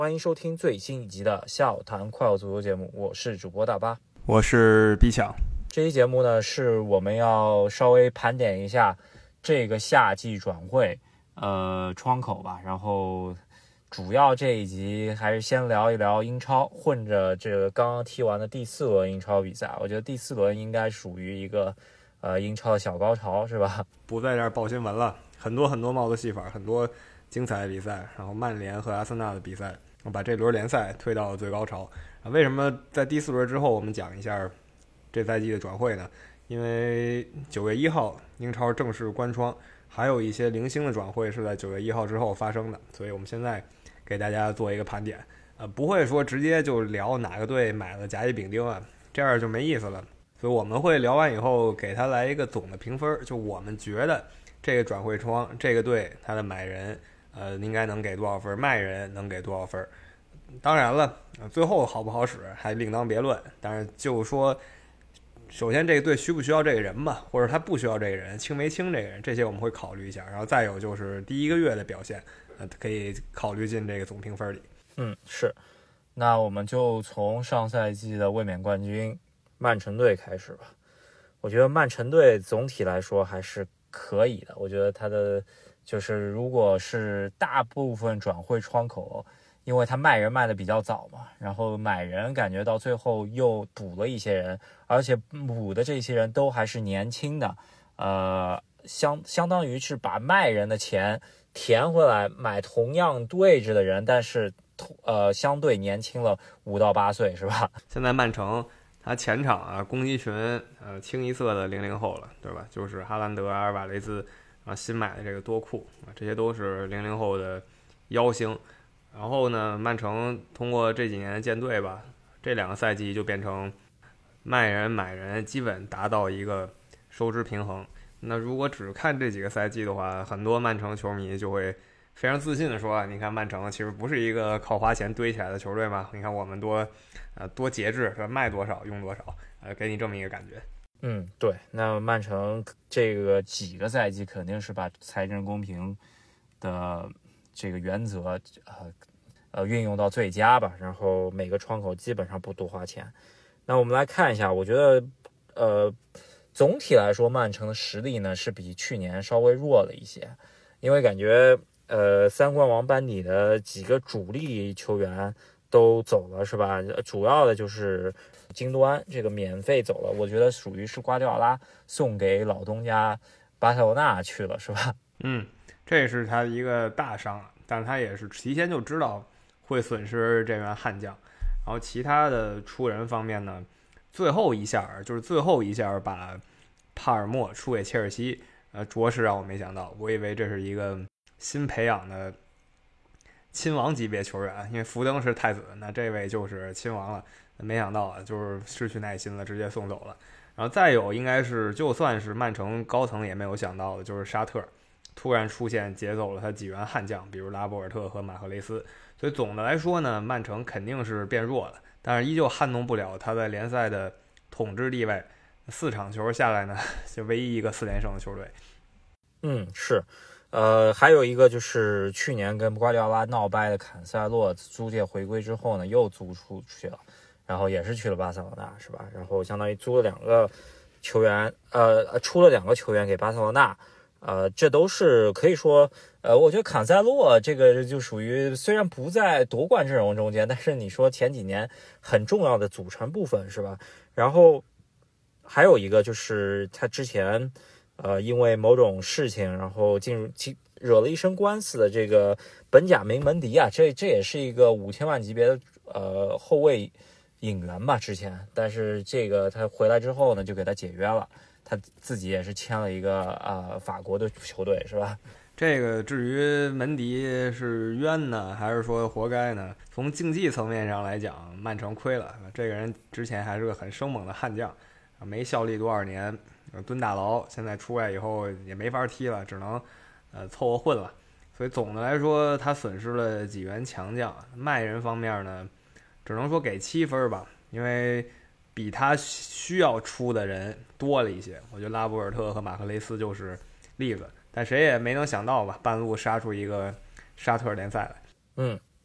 欢迎收听最新一集的笑谈快乐足球节目，我是主播大巴， 我是毕强。 这期节目呢，是我们要稍微盘点一下这个夏季转会窗口吧，然后主要这一集还是先聊一聊英超，混着这个刚刚踢完的第4轮英超比赛，我觉得第4轮应该属于一个英超的小高潮，是吧？ 不在这儿报新闻了，很多帽子戏法，很多精彩的比赛，然后曼联和阿森纳的比赛，把这轮联赛推到了最高潮。为什么在第4轮之后我们讲一下这赛季的转会呢？因为9月1号英超正式关窗，还有一些零星的转会是在9月1号之后发生的，所以我们现在给大家做一个盘点。不会说直接就聊哪个队买了甲乙丙丁啊，这样就没意思了。所以我们会聊完以后给他来一个总的评分，就我们觉得这个转会窗这个队他的买人应该能给多少分，卖人能给多少分。当然了，最后好不好使还另当别论，但是就说首先这个队需不需要这个人吧，或者他不需要这个人，清没清这个人，这些我们会考虑一下。然后再有就是第1个月的表现可以考虑进这个总评分里。 是。那我们就从上赛季的卫冕冠军曼城队开始吧。我觉得曼城队总体来说还是可以的，我觉得他的就是如果是大部分转会窗口，因为他卖人卖的比较早嘛，然后买人感觉到最后又补了一些人，而且补的这些人都还是年轻的，相当于是把卖人的钱填回来买同样位置的人，但是相对年轻了5到8岁，是吧？ 现在曼城他前场攻击群清一色的00后了，对吧？就是哈兰德、阿尔瓦雷兹新买的这个多库这些都是00后的妖星。然后呢，曼城通过这几年的建队吧，这2个赛季就变成卖人买人基本达到一个收支平衡。那如果只看这几个赛季的话，很多曼城球迷就会非常自信的说，你看曼城其实不是一个靠花钱堆起来的球队嘛，你看我们多节制，说卖多少用多少，给你这么一个感觉。 对，那曼城这个几个赛季肯定是把财政公平的这个原则运用到最佳吧，然后每个窗口基本上不多花钱。那我们来看一下，我觉得总体来说曼城的实力呢是比去年稍微弱了一些，因为感觉三冠王班底的几个主力球员都走了，是吧？主要的就是京多安这个免费走了，我觉得属于是瓜迪奥拉送给老东家巴塞罗那去了，是吧？ 这是他一个大伤，但他也是提前就知道会损失这员悍将。然后其他的出人方面呢，最后一下把帕尔默出给切尔西，着实让我没想到，我以为这是一个新培养的亲王级别球员，因为福登是太子，那这位就是亲王了，没想到就是失去耐心了，直接送走了。然后再有应该是就算是曼城高层也没有想到的，就是沙特突然出现劫走了他几员悍将，比如拉波尔特和马赫雷斯。所以总的来说呢，曼城肯定是变弱了，但是依旧撼动不了他在联赛的统治地位。4场球下来呢，就唯一一个4连胜的球队。 是。还有一个就是去年跟瓜迪奥拉闹掰的坎塞洛租借回归之后呢，又租出去了，然后也是去了巴塞罗那，是吧？然后相当于租了2个球员，出了2个球员给巴塞罗那，这都是可以说，我觉得坎塞洛这个就属于虽然不在夺冠阵容中间，但是你说前几年很重要的组成部分，是吧？然后还有一个就是他之前。因为某种事情，然后惹了一身官司的这个本贾明门迪啊，这也是一个5000万级别的后卫引援吧，之前，但是这个他回来之后呢，就给他解约了，他自己也是签了一个法国的球队，是吧？ 这个至于门迪是冤呢，还是说活该呢？从竞技层面上来讲，曼城亏了。这个人之前还是个很生猛的悍将，没效力多少年。蹲大牢，现在出来以后也没法踢了，只能凑合混了。所以总的来说，他损失了几员强将。卖人方面呢，只能说给7分吧，因为比他需要出的人多了一些。我觉得拉波尔特和马克雷斯就是例子，但谁也没能想到吧，半路杀出一个沙特联赛来。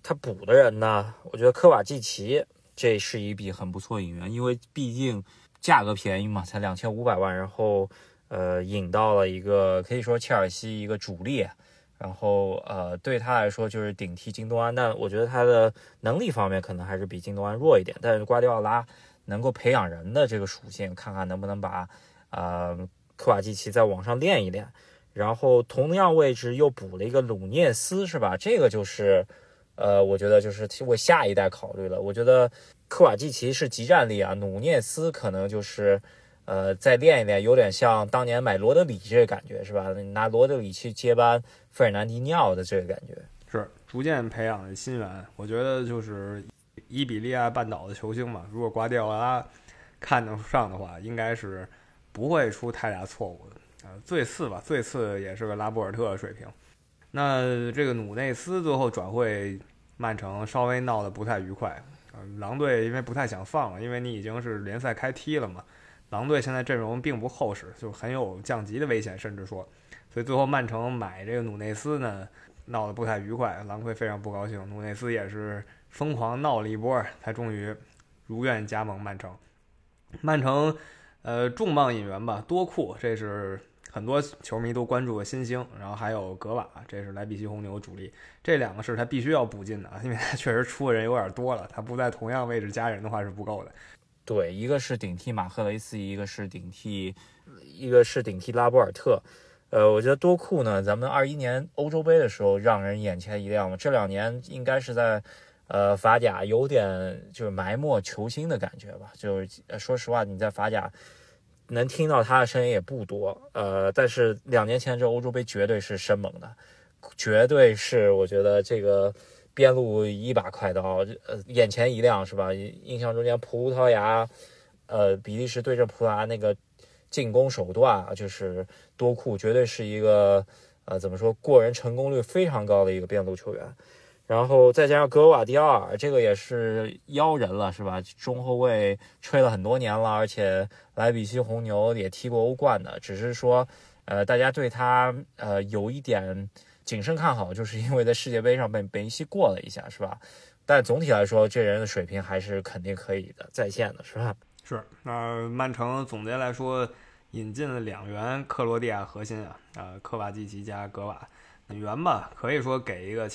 他补的人呢，我觉得科瓦季奇这是一笔很不错引援，因为毕竟价格便宜嘛，才2500万，然后引到了一个可以说切尔西一个主力，然后对他来说就是顶替京多安，但我觉得他的能力方面可能还是比京多安弱一点，但是瓜迪奥拉能够培养人的这个属性，看看能不能把科瓦季奇再往上练一练。然后同样位置又补了一个鲁涅斯，是吧？这个就是我觉得就是为下一代考虑了。我觉得科瓦季奇是集战力啊，鲁涅斯可能就是再练一练，有点像当年买罗德里这个感觉，是吧？拿罗德里去接班费尔南迪尼奥的这个感觉， 是逐渐培养的新援。我觉得就是伊比利亚半岛的球星嘛，如果瓜迪奥拉看得上的话，应该是不会出太大错误的。最次也是个拉波尔特水平。那这个努内斯最后转会曼城，稍微闹得不太愉快。狼队因为不太想放了，因为你已经是联赛开踢了嘛。狼队现在阵容并不厚实，就很有降级的危险，甚至说，所以最后曼城买这个努内斯呢，闹得不太愉快，狼队非常不高兴。努内斯也是疯狂闹了一波，才终于如愿加盟曼城。曼城重磅引援吧，多库，这是很多球迷都关注的新星，然后还有格瓦，这是莱比锡红牛主力，这两个是他必须要补进的，因为他确实出的人有点多了，他不在同样位置加人的话是不够的。 对，一个是顶替马赫雷斯，一个是顶替拉波尔特。我觉得多库呢，咱们21年欧洲杯的时候让人眼前一亮嘛，这2年应该是在法甲有点就是埋没球星的感觉吧，就是说实话，你在法甲能听到他的声音也不多，但是2年前这欧洲杯绝对是生猛的，绝对是我觉得这个边路一把快刀，眼前一亮，是吧？印象中间葡萄牙，比利时对阵葡萄牙那个进攻手段啊，就是多库绝对是一个怎么说过人成功率非常高的一个边路球员。然后再加上格瓦迪奥尔，这个也是妖人了，是吧？中后卫吹了很多年了，而且莱比锡红牛也踢过欧冠的，只是说大家对他有一点谨慎看好，就是因为在世界杯上被梅西过了一下，是吧？但总体来说，这人的水平还是肯定可以的，在线的，是吧？ 是。那曼城总结来说，引进了2员克罗地亚核心科瓦季奇加格瓦，援吧可以说给一个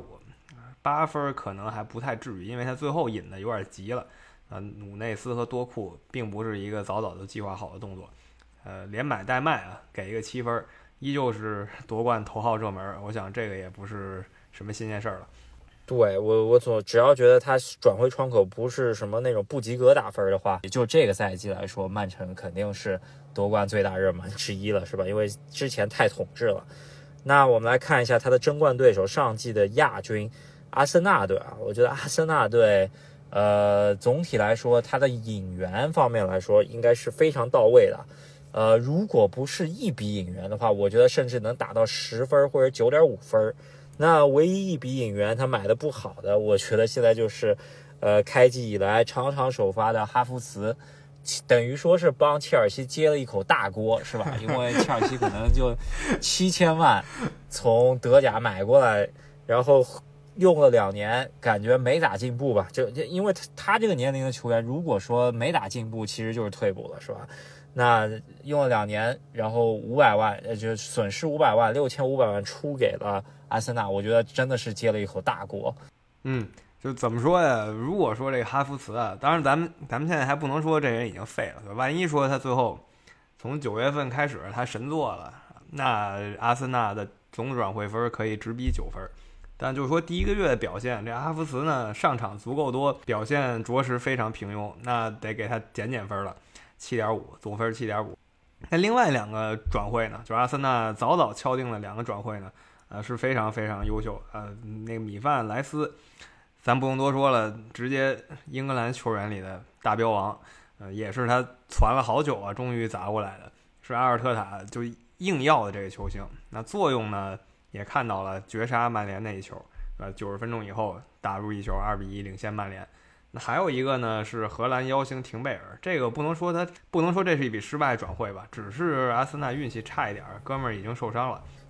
7.5。8分可能还不太至于，因为他最后引的有点急了。努内斯和多库并不是一个早早就计划好的动作。连买带卖给一个7分，依旧是夺冠头号热门。我想这个也不是什么新鲜事儿了。 对，我只要觉得他转会窗口不是什么那种不及格打分的话，也就这个赛季来说，曼城肯定是夺冠最大热门之一了，是吧？因为之前太统治了。那我们来看一下他的争冠对手，上季的亚军阿森纳队啊，我觉得阿森纳队，总体来说，他的引援方面来说，应该是非常到位的。如果不是一笔引援的话，我觉得甚至能打到10分或者9.5分。那唯一一笔引援他买的不好的，我觉得现在就是，开季以来场场首发的哈弗茨，等于说是帮切尔西接了一口大锅，是吧？因为切尔西可能就7000万从德甲买过来，然后用了2年，感觉没咋进步吧？就因为他这个年龄的球员，如果说没咋进步，其实就是退步了，是吧？那用了2年，然后500万，就损失500万，6500万出给了阿森纳，我觉得真的是接了一口大锅。 就怎么说呀？如果说这个哈弗茨当然咱们现在还不能说这人已经废了，万一说他最后从9月份开始他神作了，那阿森纳的总转会分可以直逼9分。但就是说第1个月的表现，这哈弗茨呢上场足够多，表现着实非常平庸，那得给他减分了，7.5，总分7.5。那另外2个转会呢，就是阿森纳早敲定了2个转会呢，是非常非常优秀。那个米饭莱斯，咱不用多说了，直接英格兰球员里的大标王，也是他传了好久终于砸过来的，是阿尔特塔就硬要的这个球星。那作用呢，也看到了绝杀曼联那一球，90分钟以后打入一球，2-1领先曼联。那还有一个呢是荷兰妖星廷贝尔，这个不能说这是一笔失败转会吧，只是阿森纳运气差一点，哥们儿已经受伤了。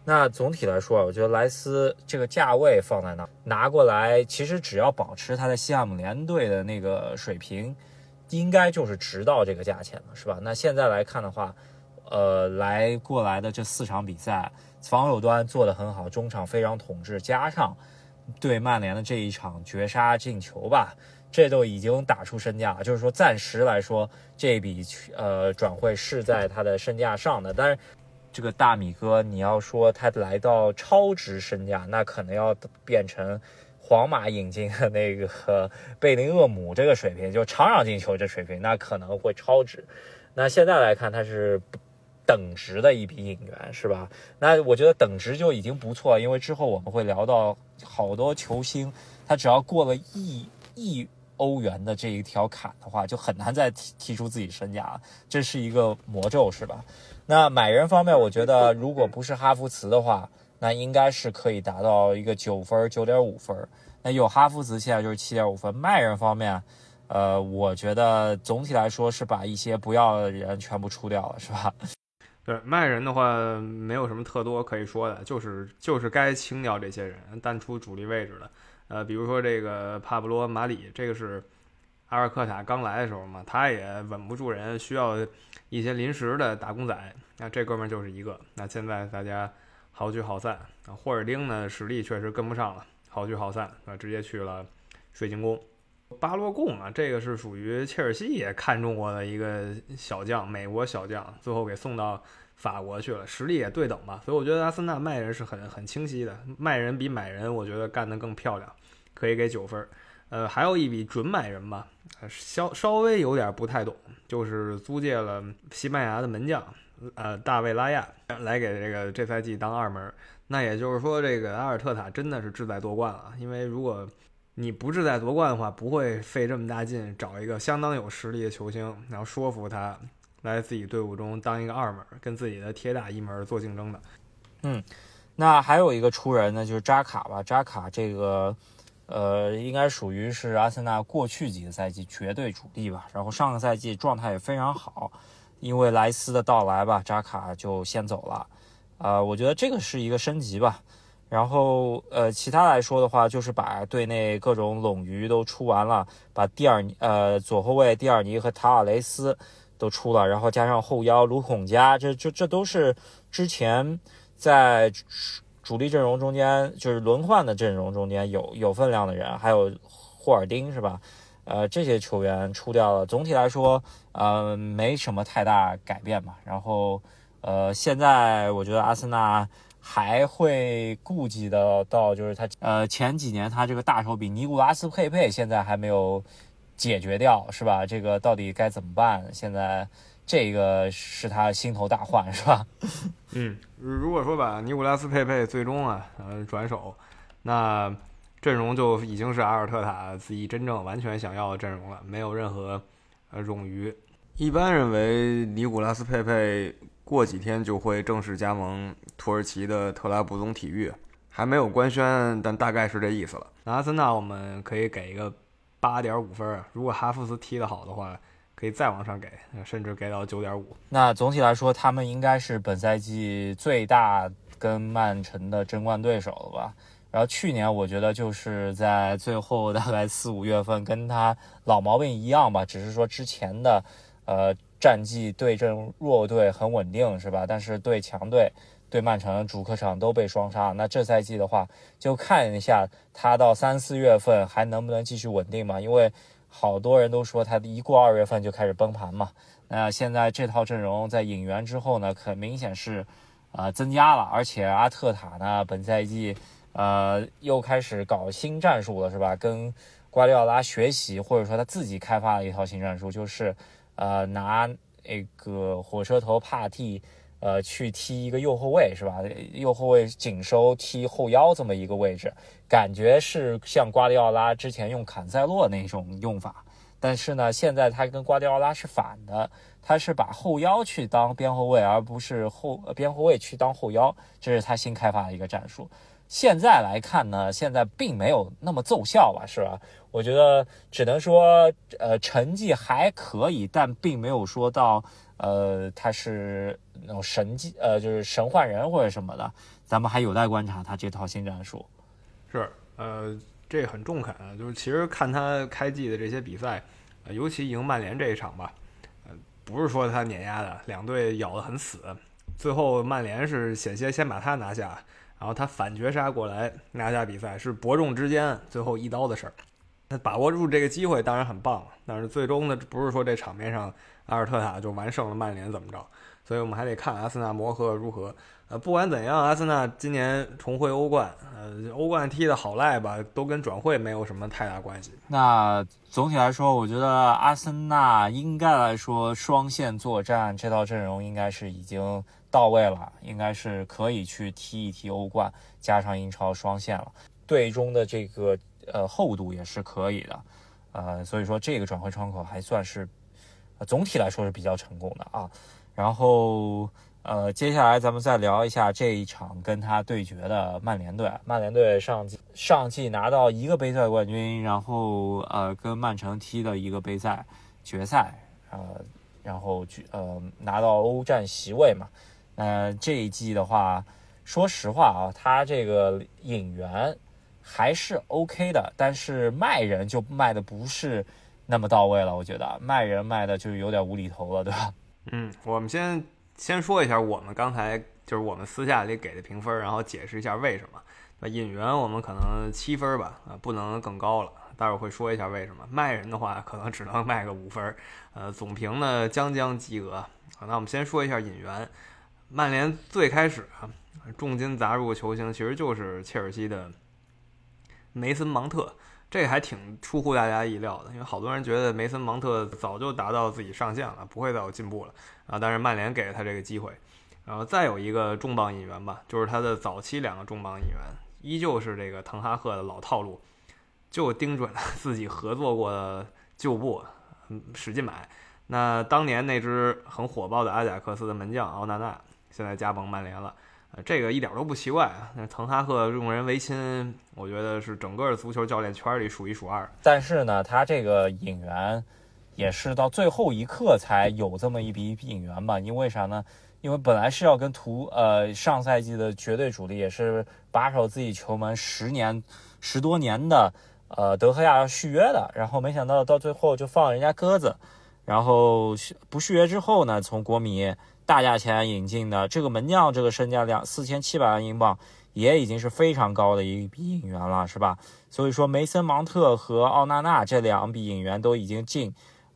那总体来说，我觉得莱斯这个价位放在那拿过来，其实只要保持他在西汉姆联队的那个水平，应该就是值到这个价钱了，是吧？那现在来看的话，过来的这4场比赛，防守端做得很好，中场非常统治，加上对曼联的这一场绝杀进球吧，这都已经打出身价了。就是说，暂时来说，这笔转会是在他的身价上的，但是这个大米哥，你要说他来到超值身价，那可能要变成皇马引进的那个贝林厄姆这个水平，就场场进球这水平，那可能会超值。那现在来看，他是等值的一笔引援，是吧？那我觉得等值就已经不错，因为之后我们会聊到好多球星，他只要过了亿欧元的这一条坎的话，就很难再踢出自己身价了，这是一个魔咒，是吧？那买人方面，我觉得如果不是哈弗茨的话，那应该是可以达到一个9分、9.5分。那有哈弗茨现在就是7.5分。卖人方面，我觉得总体来说是把一些不要的人全部出掉了，是吧？ 对，卖人的话没有什么特多可以说的，就是该清掉这些人，淡出主力位置的。比如说这个帕布罗·马里，这个是阿尔科塔刚来的时候嘛，他也稳不住人，需要一些临时的打工仔。那这哥们儿就是一个。那现在大家好聚好散。霍尔丁呢实力确实跟不上了，好聚好散，直接去了水晶宫。巴洛贡啊，这个是属于切尔西也看中过的一个小将，美国小将，最后给送到法国去了，实力也对等吧。所以我觉得阿森纳卖人是很清晰的，卖人比买人我觉得干得更漂亮，可以给9分。还有一笔准买人吧，稍微有点不太懂，就是租借了西班牙的门将大卫拉亚来给这赛季当2门。那也就是说，这个阿尔特塔真的是志在夺冠了，因为如果你不志在夺冠的话，不会费这么大劲找一个相当有实力的球星，然后说服他来自己队伍中当一个2门，跟自己的铁打1门做竞争的。 那还有一个出人呢，就是扎卡吧。扎卡这个应该属于是阿森纳过去几个赛季绝对主力吧，然后上个赛季状态也非常好，因为莱斯的到来吧，扎卡就先走了。我觉得这个是一个升级吧。然后其他来说的话，就是把队内各种冗余都出完了，把左后卫蒂尔尼和塔尔雷斯都出了，然后加上后腰卢孔加，这都是之前在主力阵容中间，就是轮换的阵容中间有分量的人，还有霍尔丁，是吧？这些球员出掉了，总体来说没什么太大改变吧。然后现在我觉得阿森纳还会顾及到就是他前几年他这个大手笔尼古拉斯佩佩现在还没有解决掉，是吧？这个到底该怎么办？现在这个是他心头大患，是吧？ 如果说把尼古拉斯佩佩最终转手，那阵容就已经是阿尔特塔自己真正完全想要的阵容了，没有任何冗余。一般认为尼古拉斯佩佩过几天就会正式加盟土耳其的特拉布宗体育，还没有官宣，但大概是这意思了。那阿森纳我们可以给一个8.5分，如果哈弗茨踢得好的话，可以再往上给，甚至给到9.5。 那总体来说，他们应该是本赛季最大跟曼城的争冠对手了吧？然后去年我觉得就是在最后大概4、5月份跟他老毛病一样吧，只是说之前的战绩对阵弱队很稳定，是吧？但是对强队对曼城主客场都被双杀。那这赛季的话，就看一下他到3、4月份还能不能继续稳定嘛？因为好多人都说他一过2月份就开始崩盘嘛。那现在这套阵容在引援之后呢，很明显是增加了，而且阿特塔呢本赛季又开始搞新战术了，是吧？跟瓜迪奥拉学习，或者说他自己开发了一套新战术，就是拿那个火车头帕蒂去踢一个右后卫，是吧？右后卫紧收踢后腰这么一个位置，感觉是像瓜迪奥拉之前用坎塞洛那种用法。但是呢，现在他跟瓜迪奥拉是反的，他是把后腰去当边后卫，而不是边后卫去当后腰，这是他新开发的一个战术。 现在来看呢，现在并没有那么奏效吧，是吧？我觉得只能说，成绩还可以，但并没有说到，他是那种神迹，就是神换人或者什么的，咱们还有待观察他这套新战术。 是，这个很中肯啊，就是其实看他开季的这些比赛，尤其赢曼联这一场吧，不是说他碾压的，两队咬得很死，最后曼联是险些先把他拿下，然后他反绝杀过来拿下比赛，是伯仲之间最后一刀的事儿。那把握住这个机会当然很棒，但是最终呢，不是说这场面上阿尔特塔就完胜了曼联怎么着，所以我们还得看阿森纳磨合如何。不管怎样，阿森纳今年重回欧冠，欧冠踢的好赖吧，都跟转会没有什么太大关系。 那总体来说，我觉得阿森纳应该来说双线作战这套阵容应该是已经到位了，应该是可以去踢一踢欧冠，加上英超双线了。队中的这个厚度也是可以的，所以说这个转会窗口还算是总体来说是比较成功的啊。然后接下来咱们再聊一下这一场跟他对决的曼联队。曼联队上季拿到一个杯赛冠军，然后跟曼城踢的一个杯赛决赛，然后拿到欧战席位嘛。这一季的话，说实话啊，他这个引援还是 OK 的，但是卖人就卖的不是那么到位了，我觉得卖人卖的就有点无厘头了，对吧？ 我们先说一下我们刚才就是我们私下里给的评分，然后解释一下为什么。引援我们可能7分吧，不能更高了。待会儿会说一下为什么。卖人的话可能只能卖个5分，总评呢将及格。那我们先说一下引援。曼联最开始重金砸入球星其实就是切尔西的梅森芒特，这还挺出乎大家意料的，因为好多人觉得梅森芒特早就达到自己上限了，不会再有进步了但是曼联给了他这个机会。然后再有一个重磅引援吧，就是他的早期2个重磅引援，依旧是这个滕哈赫的老套路，就盯准了自己合作过的旧部，使劲买。那当年那支很火爆的阿贾克斯的门将奥纳纳，现在加盟曼联了。这个一点都不奇怪啊！那滕哈赫用人唯亲，我觉得是整个足球教练圈里数1数2。 但是呢，他这个引援也是到最后一刻才有这么一笔引援吧？因为啥呢？因为本来是要跟上赛季的绝对主力，也是把守自己球门10多年的德赫亚要续约的，然后没想到到最后就放人家鸽子，然后不续约之后呢，从国米大价钱引进的这个门将，这个身价4700万英镑，也已经是非常高的一笔引援了，是吧？所以说梅森芒特和奥纳纳这2笔引援都已经近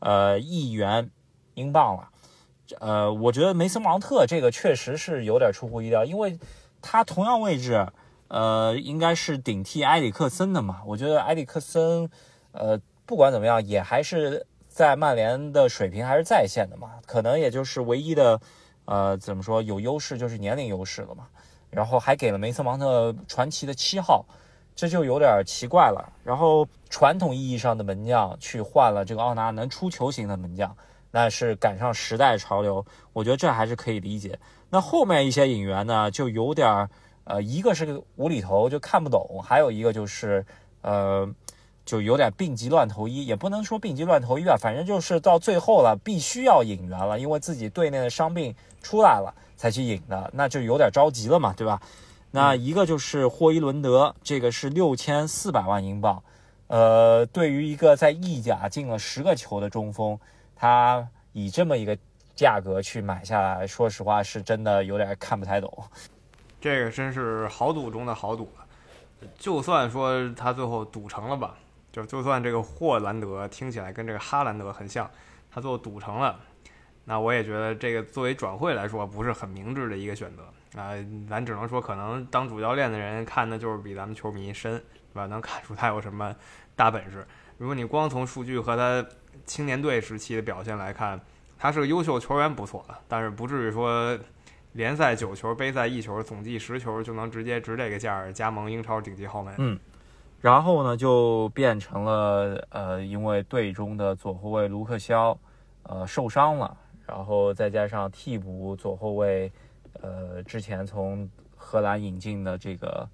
1亿元英镑了。我觉得梅森芒特这个确实是有点出乎意料，因为他同样位置应该是顶替埃里克森的嘛。我觉得埃里克森不管怎么样也还是在曼联的水平还是在线的嘛，可能也就是唯一的怎么说有优势就是年龄优势了嘛，然后还给了梅森芒特传奇的7号，这就有点奇怪了。然后传统意义上的门将去换了这个奥纳能出球型的门将，那是赶上时代潮流，我觉得这还是可以理解。那后面一些引援呢，就有点一个是个无厘头，就看不懂，还有一个就是就有点病急乱投医，也不能说病急乱投医吧，反正就是到最后了，必须要引援了，因为自己队内的伤病出来了才去引的，那就有点着急了嘛，对吧？那一个就是霍伊伦德，这个是6400万英镑，对于一个在意甲进了10个球的中锋，他以这么一个价格去买下来，说实话是真的有点看不太懂。 这个真是豪赌中的豪赌了。就算说他最后赌成了吧，就算这个霍兰德听起来跟这个哈兰德很像，他最后赌成了，那我也觉得这个作为转会来说不是很明智的一个选择咱只能说可能当主教练的人看的就是比咱们球迷深，对吧？能看出他有什么大本事。如果你光从数据和他青年队时期的表现来看，他是个优秀球员不错，但是不至于说联赛9球，杯赛1球，总计10球就能直接值这个价加盟英超顶级豪门。 然后呢就变成了因为队中的左后卫卢克肖受伤了，然后再加上替补左后卫之前从荷兰引进的这个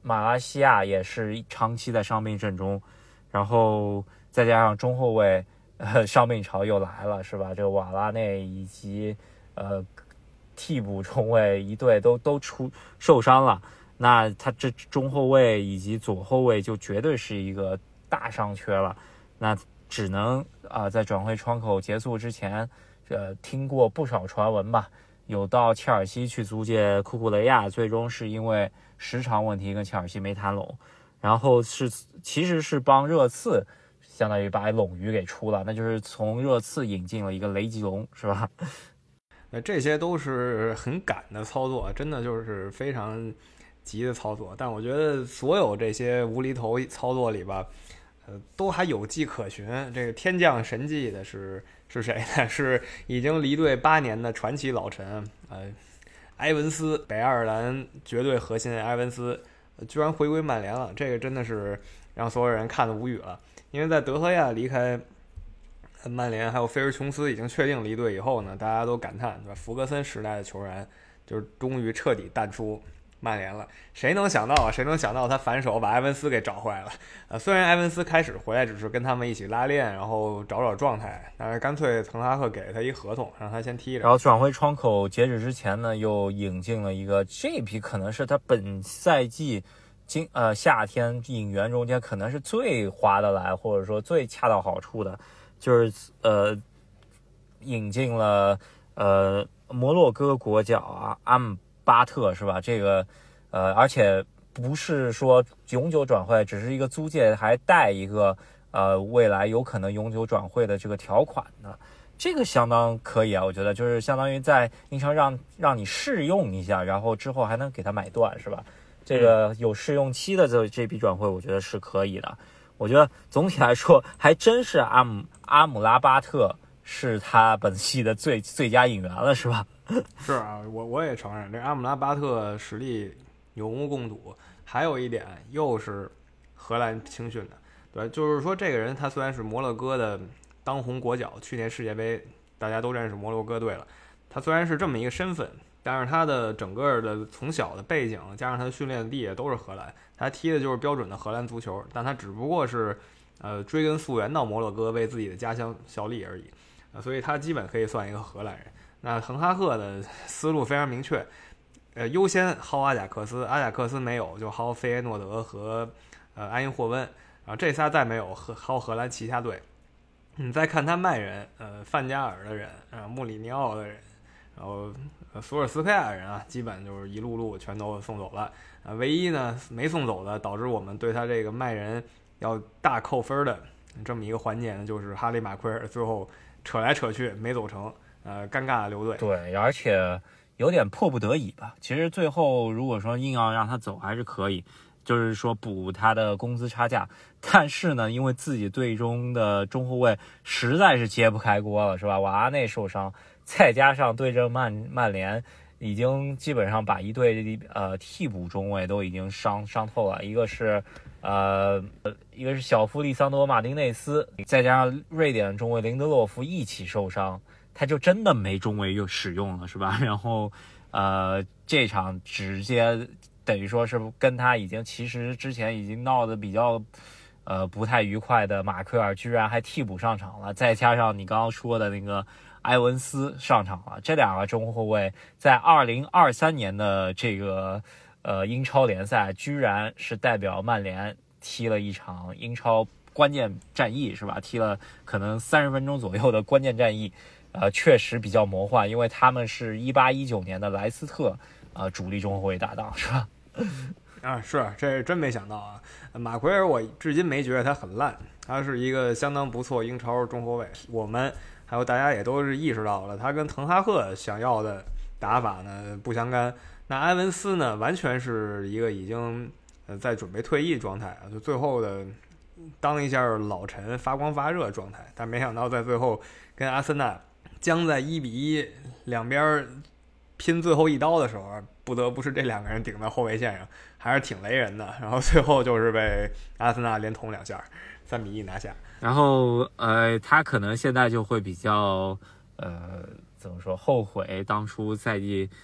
马来西亚也是长期在伤病阵中，然后再加上中后卫伤病潮又来了，是吧？这个瓦拉内以及替补中卫一队都受伤了，那他这中后卫以及左后卫就绝对是一个大伤缺了，那只能在转会窗口结束之前，听过不少传闻吧，有到切尔西去租借库库雷亚，最终是因为时长问题跟切尔西没谈拢，然后其实是帮热刺相当于把拢鱼给出了，那就是从热刺引进了一个雷吉隆，是吧？ 这些都是很赶的操作，真的就是非常急的操作。但我觉得所有这些无厘头操作里吧，都还有迹可循。这个天降神迹的是谁呢？是已经离队8年的传奇老臣，埃文斯，北爱尔兰绝对核心埃文斯，居然回归曼联了。这个真的是让所有人看得无语了。因为在德赫亚离开曼联还有菲尔琼斯已经确定离队以后呢，大家都感叹，对吧？福格森时代的球员就是终于彻底淡出曼联了。谁能想到他反手把埃文斯给找回来了？虽然埃文斯开始回来只是跟他们一起拉练，然后找状态，但是干脆滕哈赫给他一合同，让他先踢着。 然后转会窗口截止之前呢，又引进了一个，这批可能是他本赛季夏天引援中间可能是最划得来，或者说最恰到好处的。就是引进了摩洛哥国脚阿姆巴特，是吧？这个而且不是说永久转会，只是一个租借，还带一个未来有可能永久转会的这个条款的，这个相当可以啊，我觉得就是相当于在英超让你试用一下，然后之后还能给他买断，是吧？这个有试用期的这笔转会，我觉得是可以的。我觉得总体来说还真是阿姆拉巴特是他本系的最佳引援了，是吧？ 是啊，我也承认这阿姆拉巴特实力有目共睹。还有一点又是荷兰青训的，对，就是说这个人他虽然是摩洛哥的当红国脚，去年世界杯大家都认识摩洛哥队了，他虽然是这么一个身份，但是他的整个的从小的背景加上他的训练地也都是荷兰，他踢的就是标准的荷兰足球，但他只不过是追根溯源到摩洛哥为自己的家乡效力而已，所以他基本可以算一个荷兰人。那滕哈赫的思路非常明确，优先薅阿贾克斯没有就薅费耶诺德和埃因霍温，然后这仨再没有薅荷兰其他队。你再看他卖人，范加尔的人，穆里尼奥的人，然后索尔斯克亚人基本就是一路全都送走了。唯一呢没送走的，导致我们对他这个卖人要大扣分的这么一个环节呢，就是哈利马奎尔最后扯来扯去没走成，尴尬的留队。 对，而且有点迫不得已吧。其实最后如果说硬要让他走还是可以，就是说补他的工资差价，但是呢，因为自己队中的中后卫实在是揭不开锅了，是吧？瓦拉内受伤，再加上对阵曼联已经基本上把一队替补中卫都已经伤透了，一个是小弗利桑多马丁内斯，再加上瑞典中卫林德洛夫一起受伤，他就真的没中卫又使用了，是吧？然后这场直接等于说是跟他已经其实之前已经闹得比较不太愉快的马奎尔居然还替补上场了，再加上你刚刚说的那个埃文斯上场了，这两个中后卫在2023年的这个英超联赛居然是代表曼联踢了一场英超关键战役，是吧？踢了可能30分钟左右的关键战役，确实比较魔幻，因为他们是18-19年的莱斯特主力中后卫搭档，是吧？ 是，这真没想到啊！马奎尔我至今没觉得他很烂，他是一个相当不错英超中后卫。我们还有大家也都是意识到了，他跟滕哈赫想要的打法呢不相干。那埃文斯呢，完全是一个已经在准备退役状态，就最后的当一下老臣发光发热状态，但没想到在最后跟阿森纳僵在1-1两边拼最后一刀的时候，不得不是这两个人顶在后卫线上，还是挺雷人的。然后最后就是被阿森纳连捅2下，3-1拿下。 然后他可能现在就会比较怎么说后悔当初赛季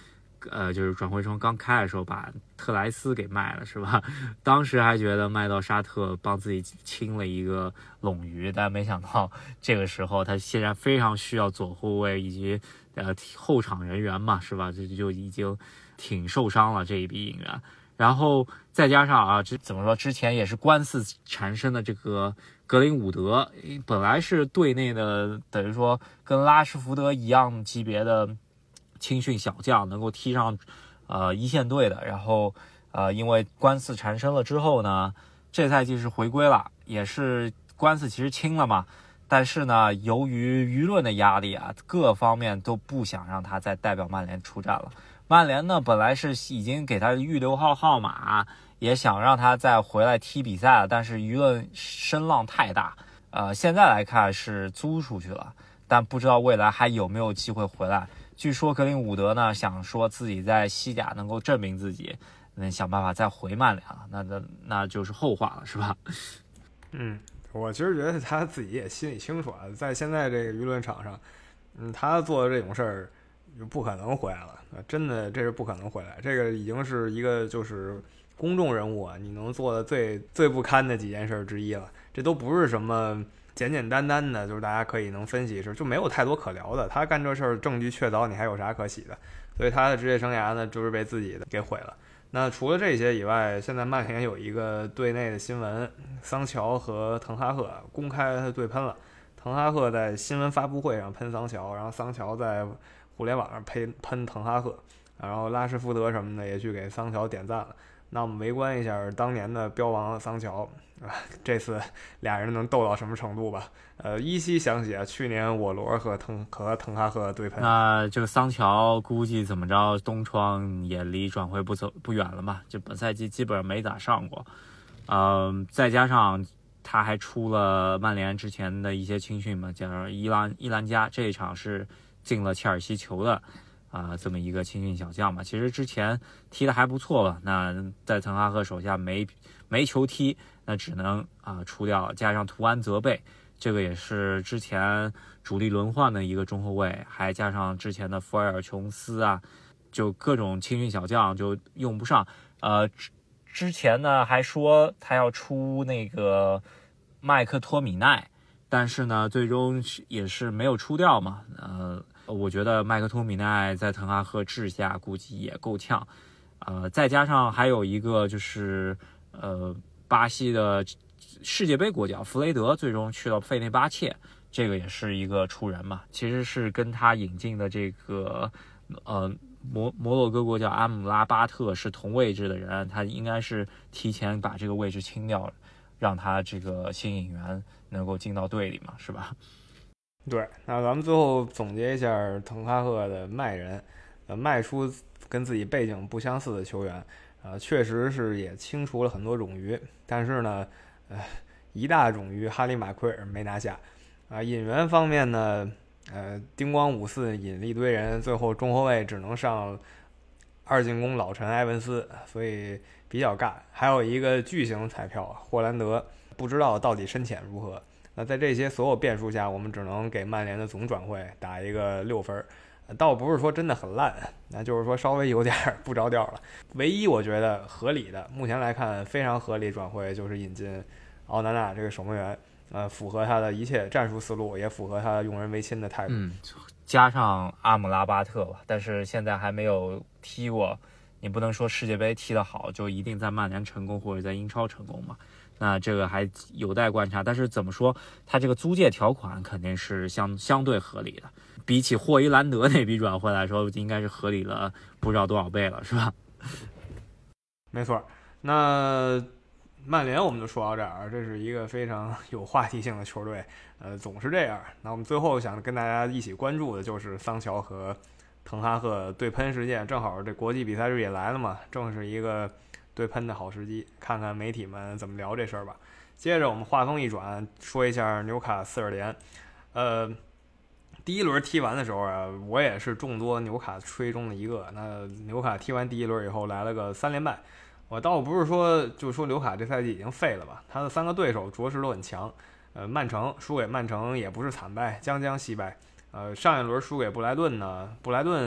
就是转会窗刚开的时候把特莱斯给卖了，是吧？当时还觉得卖到沙特帮自己清了一个冗余，但没想到这个时候他现在非常需要左后卫以及后场人员嘛，是吧？这就已经挺受伤了这一笔引援。然后再加上啊，怎么说？之前也是官司缠身的这个格林伍德，本来是队内的等于说跟拉什福德一样级别的青训小将，能够踢上一线队的。然后因为官司缠身了之后呢，这赛季是回归了，也是官司其实清了嘛。但是呢，由于舆论的压力啊，各方面都不想让他再代表曼联出战了。曼联呢，本来是已经给他预留号码，也想让他再回来踢比赛了，但是舆论声浪太大，现在来看是租出去了，但不知道未来还有没有机会回来。据说格林伍德呢，想说自己在西甲能够证明自己，想办法再回曼联了，那就是后话了，是吧？ 我其实觉得他自己也心里清楚啊，在现在这个舆论场上，他做的这种事儿就不可能回来了，真的这是不可能回来。这个已经是一个就是公众人物啊，你能做的最不堪的几件事之一了。这都不是什么简简单单的，就是大家可以能分析是就没有太多可聊的。他干这事儿证据确凿，你还有啥可洗的？所以他的职业生涯呢，就是被自己的给毁了。那除了这些以外，现在曼联有一个队内的新闻，桑乔和滕哈赫公开他对喷了。滕哈赫在新闻发布会上喷桑乔，然后桑乔在互联网上喷滕哈赫，然后拉什福德什么的也去给桑乔点赞了。那我们围观一下当年的标王桑乔这次俩人能斗到什么程度吧？依稀想起去年我罗和滕哈赫对喷。 那这个桑乔估计怎么着，东窗也离转会不远了嘛，就本赛季基本上没咋上过。再加上他还出了曼联之前的一些青训嘛，叫伊兰加，这一场是进了切尔西球的这么一个青训小将嘛，其实之前踢的还不错吧。那在滕哈赫手下没球踢，那只能出掉，加上图安泽贝，这个也是之前主力轮换的一个中后卫，还加上之前的福尔琼斯就各种青训小将就用不上。之前呢还说他要出那个麦克托米奈，但是呢最终也是没有出掉嘛。我觉得麦克托米奈在滕哈赫治下估计也够呛。再加上还有一个就是巴西的世界杯国脚弗雷德最终去了费内巴切，这个也是一个出人嘛，其实是跟他引进的这个摩洛哥国脚阿姆拉巴特是同位置的人，他应该是提前把这个位置清掉了，让他这个新引援能够进到队里嘛，是吧？ 对，那咱们最后总结一下滕哈赫的卖人，卖出跟自己背景不相似的球员，确实是也清除了很多冗余，但是呢，一大冗余哈里马奎尔没拿下，引援方面呢，叮咣54引了一堆人，最后中后卫只能上二进攻老臣埃文斯，所以比较尬。还有一个巨型彩票霍兰德，不知道到底深浅如何。那在这些所有变数下，我们只能给曼联的总转会打一个6分，倒不是说真的很烂，那就是说稍微有点不着调了。唯一我觉得合理的，目前来看非常合理转会就是引进奥纳纳这个守门员，符合他的一切战术思路，也符合他用人唯亲的态度。 加上阿姆拉巴特吧，但是现在还没有踢过，你不能说世界杯踢得好就一定在曼联成功或者在英超成功嘛。那这个还有待观察，但是怎么说，他这个租借条款肯定是相对合理的，比起霍伊兰德那笔转会来说，应该是合理了不知道多少倍了，是吧？ 没错，那曼联我们就说到这儿，这是一个非常有话题性的球队，总是这样。那我们最后想跟大家一起关注的就是桑乔和滕哈赫对喷事件，正好这国际比赛日也来了嘛，正是一个对喷的好时机，看看媒体们怎么聊这事儿吧。接着我们话锋一转，说一下纽卡40连。第一轮踢完的时候啊，我也是众多纽卡吹中的一个。那纽卡踢完第一轮以后来了个3连败，我倒不是说就说纽卡这赛季已经废了吧，他的3个对手着实都很强。曼城输给曼城也不是惨败，将将惜败。上一轮输给布莱顿呢，布莱顿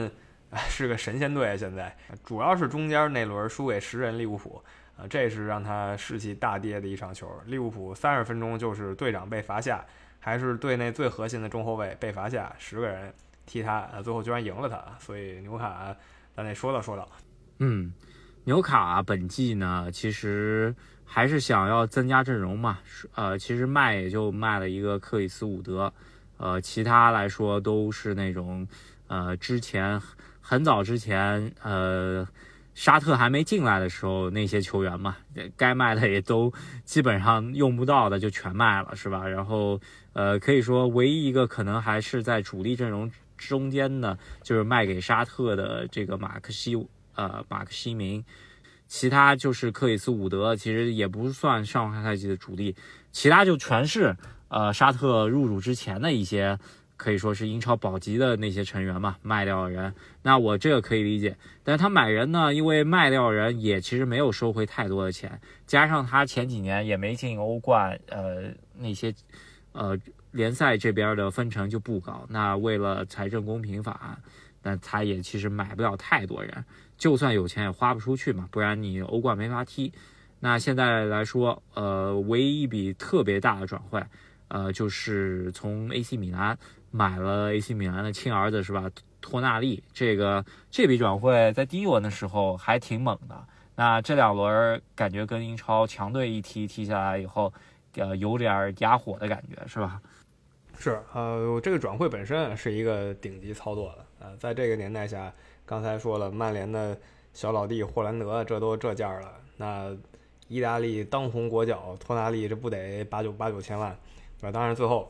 是个神仙队。现在主要是中间那轮输给10人利物浦，这是让他士气大跌的一场球。利物浦30分钟就是队长被罚下，还是队内最核心的中后卫被罚下，10个人踢他，最后居然赢了他。所以纽卡咱得说道。 纽卡本季呢，其实还是想要增加阵容嘛，其实卖也就卖了一个克里斯伍德，其他来说都是那种之前很早之前沙特还没进来的时候那些球员嘛，该卖的也都基本上用不到的就全卖了，是吧？然后可以说唯一一个可能还是在主力阵容中间呢，就是卖给沙特的这个马克西明，其他就是克里斯伍德，其实也不算上个赛季的主力，其他就全是沙特入主之前的一些可以说是英超保级的那些成员嘛，卖掉人。那我这个可以理解，但是他买人呢，因为卖掉人也其实没有收回太多的钱，加上他前几年也没进欧冠，那些联赛这边的分成就不高，那为了财政公平法，那他也其实买不了太多人，就算有钱也花不出去嘛，不然你欧冠没法踢。那现在来说，唯一一笔特别大的转会，就是从 AC 米兰买了 AC 米兰的亲儿子，是吧？托纳利，这笔转会在第一轮的时候还挺猛的。那这2轮感觉跟英超强队一踢下来以后，有点哑火的感觉，是吧？ 是，这个转会本身是一个顶级操作了，在这个年代下，刚才说了，曼联的小老弟霍兰德这都这价了，那意大利当红国脚托纳利这不得8、9千万，当然最后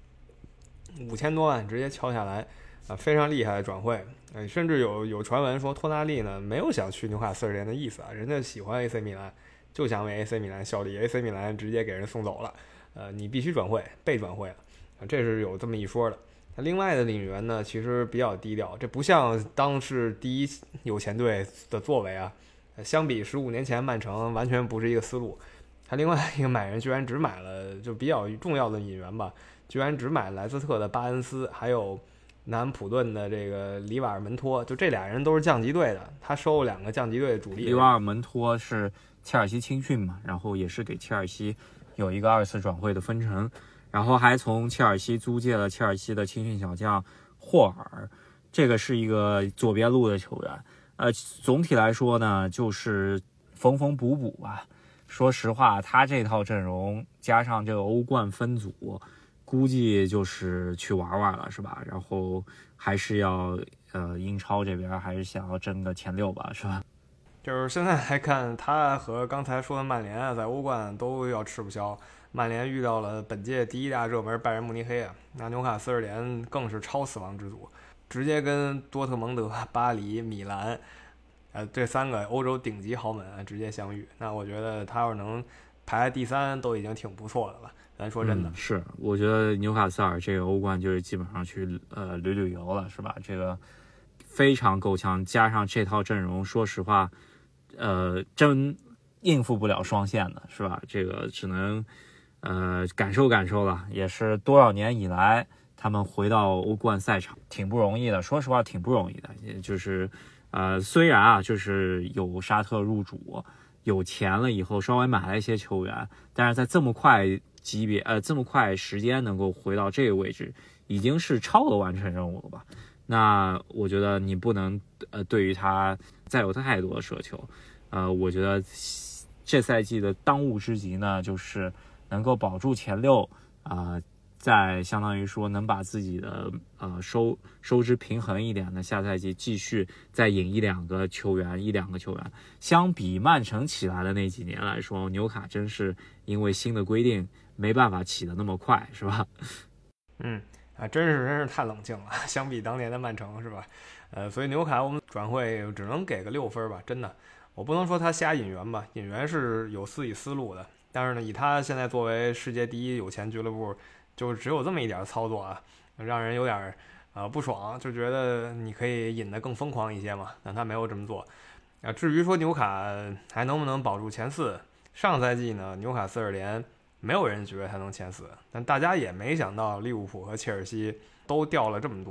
5000多万直接敲下来，非常厉害的转会，甚至有传闻说托纳利呢没有想去纽卡斯尔联的意思啊，人家喜欢 AC 米兰，就想为 AC 米兰效力 ，AC 米兰直接给人送走了，你必须转会，被转会了。这是有这么一说的。另外的引援呢，其实比较低调，这不像当时第一有钱队的作为啊。相比15年前曼城，完全不是一个思路。他另外一个买人居然只买了就比较重要的引援吧，居然只买莱斯特的巴恩斯，还有南安普顿的这个里瓦尔门托，就这俩人都是降级队的，他收了2个降级队的主力。 里瓦尔门托是切尔西青训嘛，然后也是给切尔西有一个2次转会的分成。然后还从切尔西租借了切尔西的青训小将霍尔，这个是一个左边路的球员。总体来说呢，就是缝缝补补吧。说实话，他这套阵容加上这个欧冠分组，估计就是去玩玩了，是吧？然后还是要英超这边还是想要争个前6吧，是吧？ 就是现在来看，他和刚才说的曼联在欧冠都要吃不消。曼联遇到了本届第1大热门拜仁慕尼黑那纽卡斯尔联更是超死亡之组，直接跟多特蒙德、巴黎、米兰，这3个欧洲顶级豪门直接相遇。那我觉得他要是能排在第3，都已经挺不错的了。咱说真的， 是，我觉得纽卡斯尔这个欧冠就是基本上去旅游了，是吧？这个非常够呛，加上这套阵容，说实话，真应付不了双线的，是吧？这个只能。感受了，也是多少年以来他们回到欧冠赛场挺不容易的，说实话挺不容易的。也就是虽然就是有沙特入主，有钱了以后稍微买了一些球员，但是在这么快级别这么快时间能够回到这个位置，已经是超额完成任务了吧。那我觉得你不能对于他再有太多的奢求。我觉得这赛季的当务之急呢，就是能够保住前6，再相当于说能把自己的收支平衡一点的，下赛季继续再引1、2个球员。相比曼城起来的那几年来说，纽卡真是因为新的规定没办法起得那么快，是吧？ 真是太冷静了，相比当年的曼城，是吧？所以纽卡我们转会只能给个6分吧，真的，我不能说他瞎引援吧，引援是有自己思路的。但是呢，以他现在作为世界第1有钱俱乐部，就只有这么一点操作让人有点不爽，就觉得你可以引得更疯狂一些嘛。但他没有这么做。至于说纽卡还能不能保住前4，上赛季呢，纽卡斯尔联没有人觉得他能前4，但大家也没想到利物浦和切尔西都掉了这么多。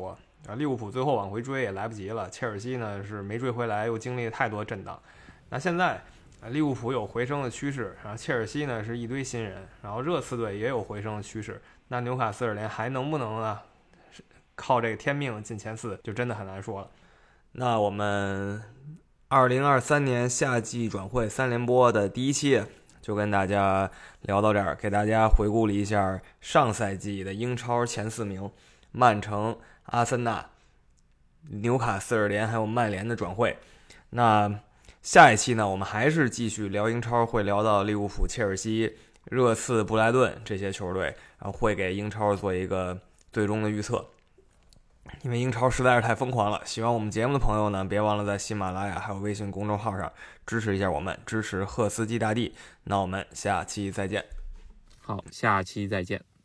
利物浦最后往回追也来不及了，切尔西呢是没追回来，又经历了太多震荡。那现在利物浦有回升的趋势，然后切尔西呢是一堆新人，然后热刺队也有回升的趋势，那纽卡斯尔联还能不能啊靠这个天命进前4，就真的很难说了。那我们2023年夏季转会3联播的第一期就跟大家聊到这儿，给大家回顾了一下上赛季的英超前4名，曼城、阿森纳、纽卡斯尔联还有曼联的转会。那下一期呢，我们还是继续聊英超，会聊到利物浦、切尔西、热刺、布莱顿这些球队，然后会给英超做一个最终的预测。因为英超实在是太疯狂了，喜欢我们节目的朋友呢，别忘了在喜马拉雅还有微信公众号上支持一下我们，支持赫斯基大帝。那我们下期再见。 好，下期再见。